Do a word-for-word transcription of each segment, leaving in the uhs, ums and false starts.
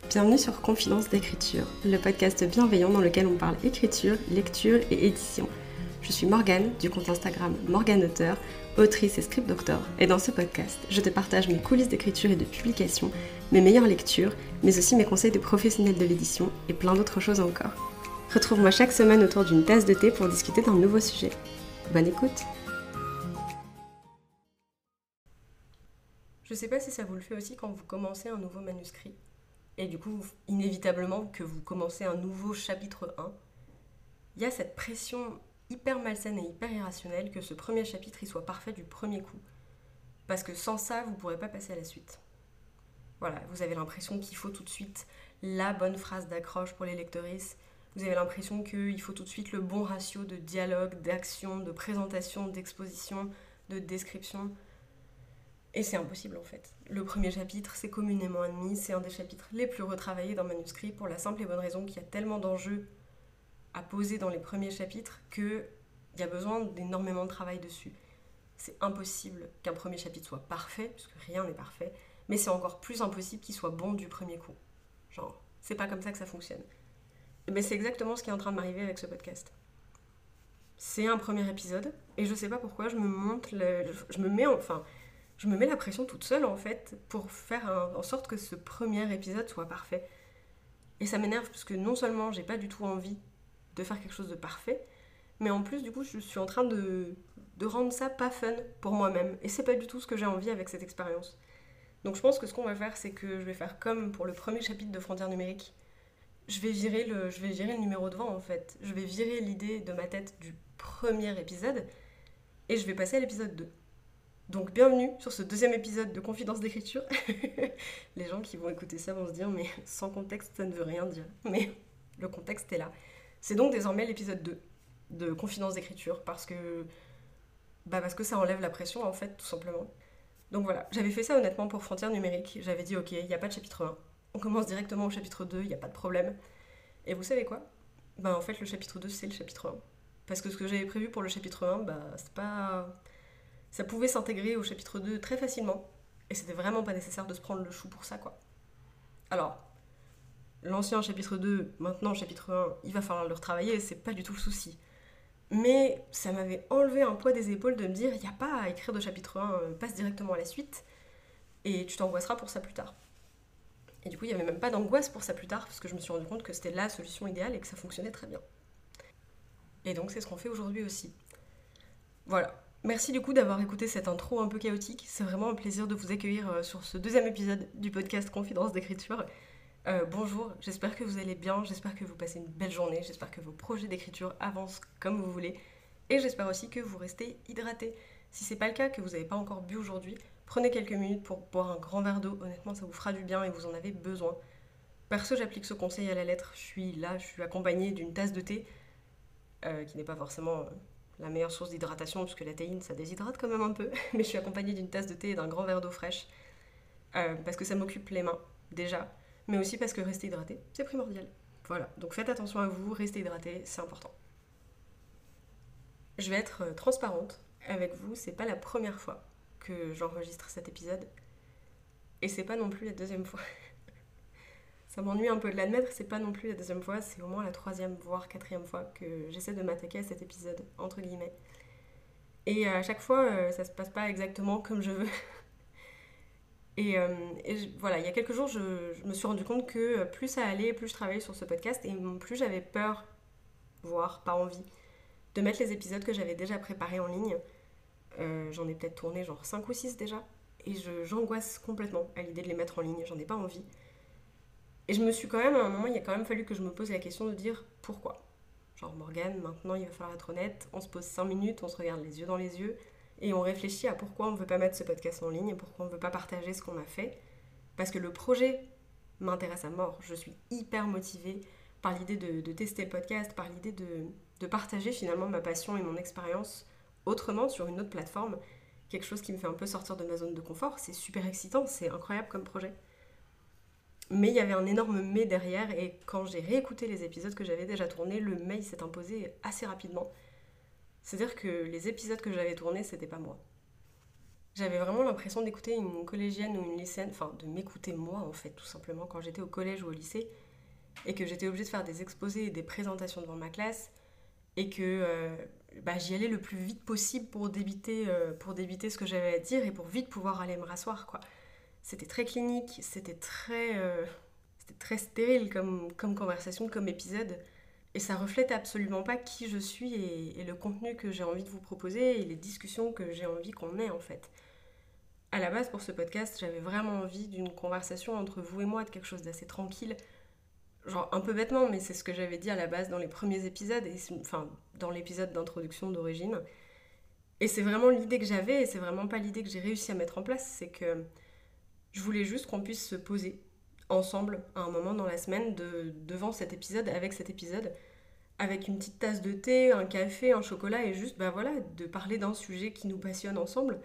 Bienvenue sur Confidence d'écriture, le podcast bienveillant dans lequel on parle écriture, lecture et édition. Je suis Morgane, du compte Instagram Morgane Auteur, autrice et script doctor, et dans ce podcast, je te partage mes coulisses d'écriture et de publication, mes meilleures lectures, mais aussi mes conseils de professionnels de l'édition et plein d'autres choses encore. Retrouve-moi chaque semaine autour d'une tasse de thé pour discuter d'un nouveau sujet. Bonne écoute! Je sais pas si ça vous le fait aussi quand vous commencez un nouveau manuscrit. Et du coup, inévitablement, que vous commencez un nouveau chapitre un, il y a cette pression hyper malsaine et hyper irrationnelle que ce premier chapitre il soit parfait du premier coup. Parce que sans ça, vous ne pourrez pas passer à la suite. Voilà, vous avez l'impression qu'il faut tout de suite la bonne phrase d'accroche pour les lectrices. Vous avez l'impression qu'il faut tout de suite le bon ratio de dialogue, d'action, de présentation, d'exposition, de description. Et c'est impossible en fait. Le premier chapitre, c'est communément admis, c'est un des chapitres les plus retravaillés d'un manuscrit pour la simple et bonne raison qu'il y a tellement d'enjeux à poser dans les premiers chapitres qu'il y a besoin d'énormément de travail dessus. C'est impossible qu'un premier chapitre soit parfait, puisque rien n'est parfait, mais c'est encore plus impossible qu'il soit bon du premier coup. Genre, c'est pas comme ça que ça fonctionne. Mais c'est exactement ce qui est en train de m'arriver avec ce podcast. C'est un premier épisode, et je sais pas pourquoi, je me monte, le, je me mets, enfin... Je me mets la pression toute seule, en fait, pour faire un, en sorte que ce premier épisode soit parfait. Et ça m'énerve, parce que non seulement j'ai pas du tout envie de faire quelque chose de parfait, mais en plus, du coup, je suis en train de, de rendre ça pas fun pour moi-même. Et c'est pas du tout ce que j'ai envie avec cette expérience. Donc je pense que ce qu'on va faire, c'est que je vais faire comme pour le premier chapitre de Frontières numériques. Je vais virer le, je vais virer le numéro de vent, en fait. Je vais virer l'idée de ma tête du premier épisode, et je vais passer à l'épisode deux. Donc bienvenue sur ce deuxième épisode de Confidence d'écriture. Les gens qui vont écouter ça vont se dire mais sans contexte ça ne veut rien dire. Mais le contexte est là. C'est donc désormais l'épisode deux de Confidence d'écriture parce que, bah parce que ça enlève la pression en fait tout simplement. Donc voilà, j'avais fait ça honnêtement pour Frontières numériques. J'avais dit ok, il n'y a pas de chapitre un. On commence directement au chapitre deux, il n'y a pas de problème. Et vous savez quoi ? Bah en fait le chapitre deux c'est le chapitre un. Parce que ce que j'avais prévu pour le chapitre un, bah c'est pas... Ça pouvait s'intégrer au chapitre deux très facilement. Et c'était vraiment pas nécessaire de se prendre le chou pour ça, quoi. Alors, l'ancien chapitre deux, maintenant chapitre un, il va falloir le retravailler, c'est pas du tout le souci. Mais ça m'avait enlevé un poids des épaules de me dire, il n'y a pas à écrire de chapitre un, passe directement à la suite, et tu t'angoisseras pour ça plus tard. Et du coup, il n'y avait même pas d'angoisse pour ça plus tard, parce que je me suis rendu compte que c'était la solution idéale et que ça fonctionnait très bien. Et donc, c'est ce qu'on fait aujourd'hui aussi. Voilà. Merci du coup d'avoir écouté cette intro un peu chaotique. C'est vraiment un plaisir de vous accueillir sur ce deuxième épisode du podcast Confidence d'écriture. Euh, bonjour, j'espère que vous allez bien, j'espère que vous passez une belle journée, j'espère que vos projets d'écriture avancent comme vous voulez et j'espère aussi que vous restez hydratés. Si c'est pas le cas, que vous n'avez pas encore bu aujourd'hui, prenez quelques minutes pour boire un grand verre d'eau, honnêtement ça vous fera du bien et vous en avez besoin. Perso, j'applique ce conseil à la lettre, je suis là, je suis accompagnée d'une tasse de thé euh, qui n'est pas forcément... Euh, la meilleure source d'hydratation, puisque la théine, ça déshydrate quand même un peu. Mais je suis accompagnée d'une tasse de thé et d'un grand verre d'eau fraîche. Euh, parce que ça m'occupe les mains, déjà. Mais aussi parce que rester hydraté, c'est primordial. Voilà, donc faites attention à vous, restez hydraté, c'est important. Je vais être transparente avec vous, c'est pas la première fois que j'enregistre cet épisode. Et c'est pas non plus la deuxième fois. Ça m'ennuie un peu de l'admettre, c'est pas non plus la deuxième fois, c'est au moins la troisième, voire quatrième fois que j'essaie de m'attaquer à cet épisode, entre guillemets. Et à chaque fois, euh, ça se passe pas exactement comme je veux. et, euh, et je, voilà, il y a quelques jours, je, je me suis rendu compte que plus ça allait, plus je travaillais sur ce podcast, et plus j'avais peur, voire pas envie, de mettre les épisodes que j'avais déjà préparés en ligne. Euh, j'en ai peut-être tourné genre cinq ou six déjà, et je, j'angoisse complètement à l'idée de les mettre en ligne, j'en ai pas envie. Et je me suis quand même, à un moment, il a quand même fallu que je me pose la question de dire pourquoi. Genre, Morgane, maintenant il va falloir être honnête, on se pose cinq minutes, on se regarde les yeux dans les yeux, et on réfléchit à pourquoi on ne veut pas mettre ce podcast en ligne, pourquoi on ne veut pas partager ce qu'on a fait. Parce que le projet m'intéresse à mort. Je suis hyper motivée par l'idée de, de tester le podcast, par l'idée de, de partager finalement ma passion et mon expérience autrement sur une autre plateforme. Quelque chose qui me fait un peu sortir de ma zone de confort. C'est super excitant, c'est incroyable comme projet. Mais il y avait un énorme mais derrière, et quand j'ai réécouté les épisodes que j'avais déjà tournés, le mais s'est imposé assez rapidement. C'est-à-dire que les épisodes que j'avais tournés, c'était pas moi. J'avais vraiment l'impression d'écouter une collégienne ou une lycéenne, enfin de m'écouter moi en fait tout simplement quand j'étais au collège ou au lycée et que j'étais obligée de faire des exposés et des présentations devant ma classe et que euh, bah, j'y allais le plus vite possible pour débiter, euh, pour débiter ce que j'avais à dire et pour vite pouvoir aller me rasseoir quoi. C'était très clinique, c'était très, euh, c'était très stérile comme, comme conversation, comme épisode. Et ça reflète absolument pas qui je suis et, et le contenu que j'ai envie de vous proposer et les discussions que j'ai envie qu'on ait en fait. À la base, pour ce podcast, j'avais vraiment envie d'une conversation entre vous et moi, de quelque chose d'assez tranquille. Genre un peu bêtement, mais c'est ce que j'avais dit à la base dans les premiers épisodes, et enfin dans l'épisode d'introduction d'origine. Et c'est vraiment l'idée que j'avais, et c'est vraiment pas l'idée que j'ai réussi à mettre en place, c'est que je voulais juste qu'on puisse se poser ensemble à un moment dans la semaine de, devant cet épisode, avec cet épisode, avec une petite tasse de thé, un café, un chocolat, et juste bah voilà, de parler d'un sujet qui nous passionne ensemble.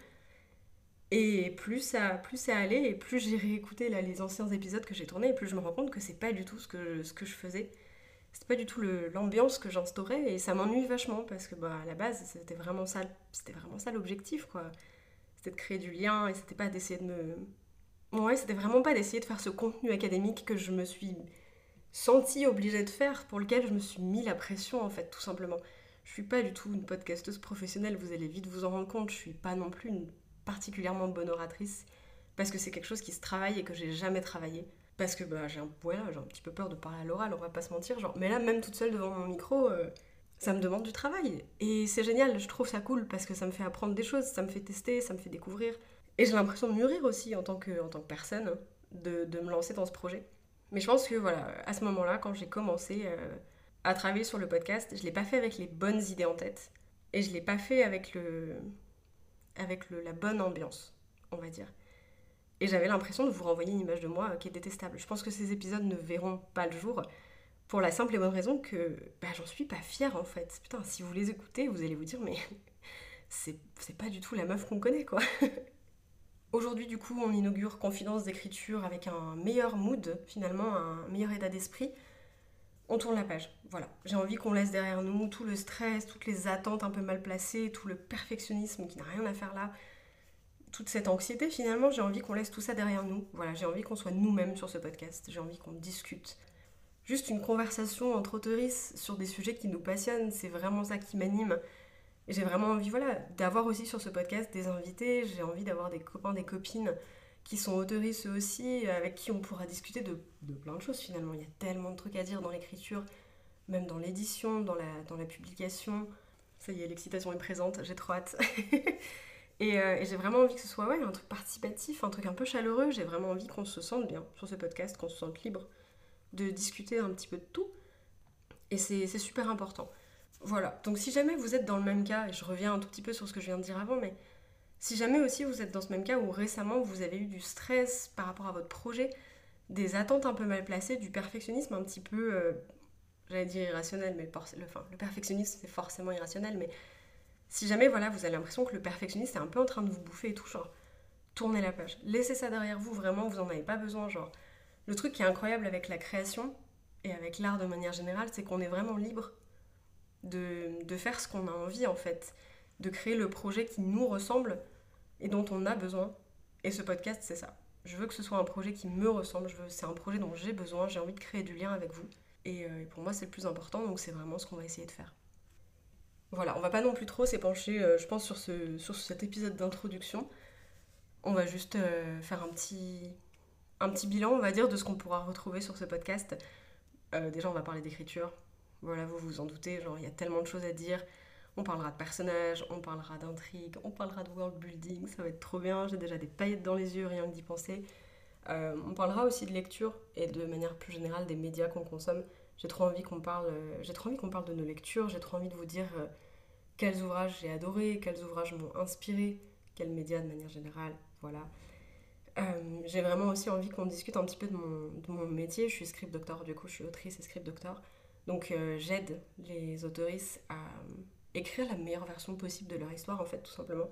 Et plus ça, plus ça allait, et plus j'ai réécouté là, les anciens épisodes que j'ai tournés, et plus je me rends compte que c'est pas du tout ce que, ce que je faisais. C'était pas du tout le- l'ambiance que j'instaurais, et ça m'ennuie vachement, parce que bah, à la base, c'était vraiment ça, c'était vraiment ça l'objectif, quoi. C'était de créer du lien, et c'était pas d'essayer de me... Ouais, c'était vraiment pas d'essayer de faire ce contenu académique que je me suis sentie obligée de faire, pour lequel je me suis mis la pression, en fait, tout simplement. Je suis pas du tout une podcasteuse professionnelle, vous allez vite vous en rendre compte, je suis pas non plus une particulièrement bonne oratrice, parce que c'est quelque chose qui se travaille et que j'ai jamais travaillé. Parce que bah, j'ai un, voilà, j'ai un petit peu peur de parler à l'oral, on va pas se mentir. Genre. Mais là, même toute seule devant mon micro, euh, ça me demande du travail. Et c'est génial, je trouve ça cool parce que ça me fait apprendre des choses, ça me fait tester, ça me fait découvrir. Et j'ai l'impression de mûrir aussi en tant que, en tant que personne, de, de me lancer dans ce projet. Mais je pense que voilà, à ce moment-là, quand j'ai commencé euh, à travailler sur le podcast, je l'ai pas fait avec les bonnes idées en tête. Et je l'ai pas fait avec, le, avec le, la bonne ambiance, on va dire. Et j'avais l'impression de vous renvoyer une image de moi qui est détestable. Je pense que ces épisodes ne verront pas le jour pour la simple et bonne raison que bah, j'en suis pas fière en fait. Putain, si vous les écoutez, vous allez vous dire mais c'est, c'est pas du tout la meuf qu'on connaît quoi. Aujourd'hui du coup on inaugure Confidence d'écriture avec un meilleur mood finalement, un meilleur état d'esprit. On tourne la page, voilà. J'ai envie qu'on laisse derrière nous tout le stress, toutes les attentes un peu mal placées, tout le perfectionnisme qui n'a rien à faire là, toute cette anxiété, finalement, j'ai envie qu'on laisse tout ça derrière nous. Voilà, j'ai envie qu'on soit nous-mêmes sur ce podcast. J'ai envie qu'on discute. Juste une conversation entre auteurices sur des sujets qui nous passionnent, c'est vraiment ça qui m'anime. Et j'ai vraiment envie, voilà, d'avoir aussi sur ce podcast des invités. J'ai envie d'avoir des copains, des copines qui sont auteurices eux aussi, avec qui on pourra discuter de, de plein de choses finalement. Il y a tellement de trucs à dire dans l'écriture, même dans l'édition, dans la, dans la publication. Ça y est, l'excitation est présente, j'ai trop hâte. Et, euh, et j'ai vraiment envie que ce soit ouais, un truc participatif, un truc un peu chaleureux. J'ai vraiment envie qu'on se sente bien sur ce podcast, qu'on se sente libre de discuter un petit peu de tout. Et c'est, c'est super important. Voilà, donc si jamais vous êtes dans le même cas, et je reviens un tout petit peu sur ce que je viens de dire avant, mais si jamais aussi vous êtes dans ce même cas où récemment vous avez eu du stress par rapport à votre projet, des attentes un peu mal placées, du perfectionnisme un petit peu, euh, j'allais dire irrationnel, mais le, le, enfin, le perfectionnisme c'est forcément irrationnel, mais si jamais voilà, vous avez l'impression que le perfectionniste est un peu en train de vous bouffer et tout, genre, tournez la page. Laissez ça derrière vous, vraiment, vous en avez pas besoin. Genre, le truc qui est incroyable avec la création et avec l'art de manière générale, c'est qu'on est vraiment libre de, de faire ce qu'on a envie, en fait. De créer le projet qui nous ressemble et dont on a besoin. Et ce podcast, c'est ça. Je veux que ce soit un projet qui me ressemble, je veux, c'est un projet dont j'ai besoin, j'ai envie de créer du lien avec vous. Et, euh, et pour moi, c'est le plus important, donc c'est vraiment ce qu'on va essayer de faire. Voilà, on va pas non plus trop s'épancher, euh, je pense, sur, ce, sur cet épisode d'introduction. On va juste euh, faire un petit, un petit bilan, on va dire, de ce qu'on pourra retrouver sur ce podcast. Euh, déjà, on va parler d'écriture. Voilà, vous vous en doutez, genre, il y a tellement de choses à dire. On parlera de personnages, on parlera d'intrigue, on parlera de world building, ça va être trop bien. J'ai déjà des paillettes dans les yeux, rien que d'y penser. Euh, on parlera aussi de lecture et de manière plus générale des médias qu'on consomme. J'ai trop envie qu'on parle, euh, j'ai trop envie qu'on parle de nos lectures, j'ai trop envie de vous dire euh, quels ouvrages j'ai adorés, quels ouvrages m'ont inspiré, quels médias de manière générale, voilà. Euh, j'ai vraiment aussi envie qu'on discute un petit peu de mon, de mon métier. Je suis script doctor, du coup, je suis autrice et script doctor. Donc, euh, j'aide les autoristes à euh, écrire la meilleure version possible de leur histoire, en fait, tout simplement.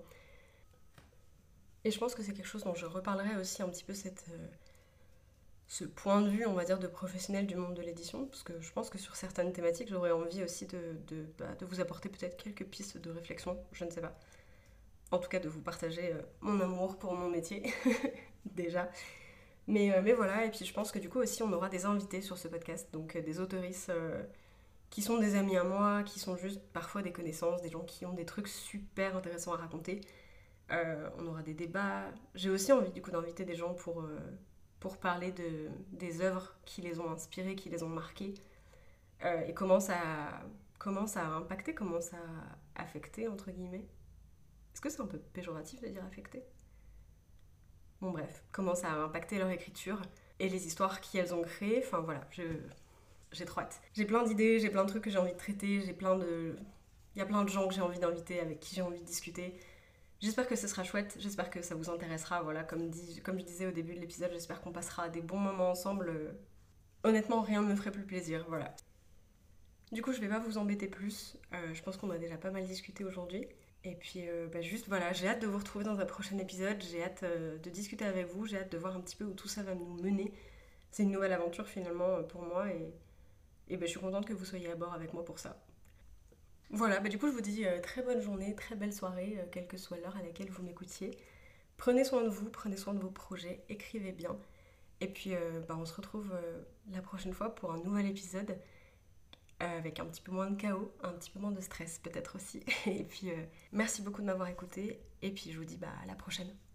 Et je pense que c'est quelque chose dont je reparlerai aussi un petit peu cette, euh, ce point de vue, on va dire, de professionnel du monde de l'édition, parce que je pense que sur certaines thématiques, j'aurais envie aussi de, de, bah, de vous apporter peut-être quelques pistes de réflexion, je ne sais pas. En tout cas, de vous partager euh, mon amour pour mon métier, déjà. Mais, euh, mais voilà, et puis je pense que du coup aussi, on aura des invités sur ce podcast, donc euh, des autoristes euh, qui sont des amis à moi, qui sont juste parfois des connaissances, des gens qui ont des trucs super intéressants à raconter. Euh, on aura des débats. J'ai aussi envie du coup d'inviter des gens pour, euh, pour parler de, des œuvres qui les ont inspirés, qui les ont marqués, euh, et comment ça, comment ça a impacté, comment ça a affecté, entre guillemets. Est-ce que c'est un peu péjoratif de dire affecté? Bon bref, comment ça a impacté leur écriture et les histoires qu'elles ont créées. Enfin voilà, je, j'ai trop hâte. J'ai plein d'idées, j'ai plein de trucs que j'ai envie de traiter, j'ai plein de... Il y a plein de gens que j'ai envie d'inviter, avec qui j'ai envie de discuter. J'espère que ce sera chouette, j'espère que ça vous intéressera. Voilà, comme, dit, comme je disais au début de l'épisode, j'espère qu'on passera des bons moments ensemble. Honnêtement, rien ne me ferait plus plaisir, voilà. Du coup, je vais pas vous embêter plus. Euh, je pense qu'on a déjà pas mal discuté aujourd'hui. Et puis, euh, bah juste voilà, j'ai hâte de vous retrouver dans un prochain épisode. J'ai hâte euh, de discuter avec vous. J'ai hâte de voir un petit peu où tout ça va nous mener. C'est une nouvelle aventure finalement euh, pour moi. Et, et bah, je suis contente que vous soyez à bord avec moi pour ça. Voilà, bah du coup, je vous dis euh, très bonne journée, très belle soirée, euh, quelle que soit l'heure à laquelle vous m'écoutiez. Prenez soin de vous, prenez soin de vos projets, écrivez bien. Et puis, euh, bah, on se retrouve euh, la prochaine fois pour un nouvel épisode euh, avec un petit peu moins de chaos, un petit peu moins de stress peut-être aussi. Et puis, euh, merci beaucoup de m'avoir écouté. Et puis, je vous dis bah, à la prochaine.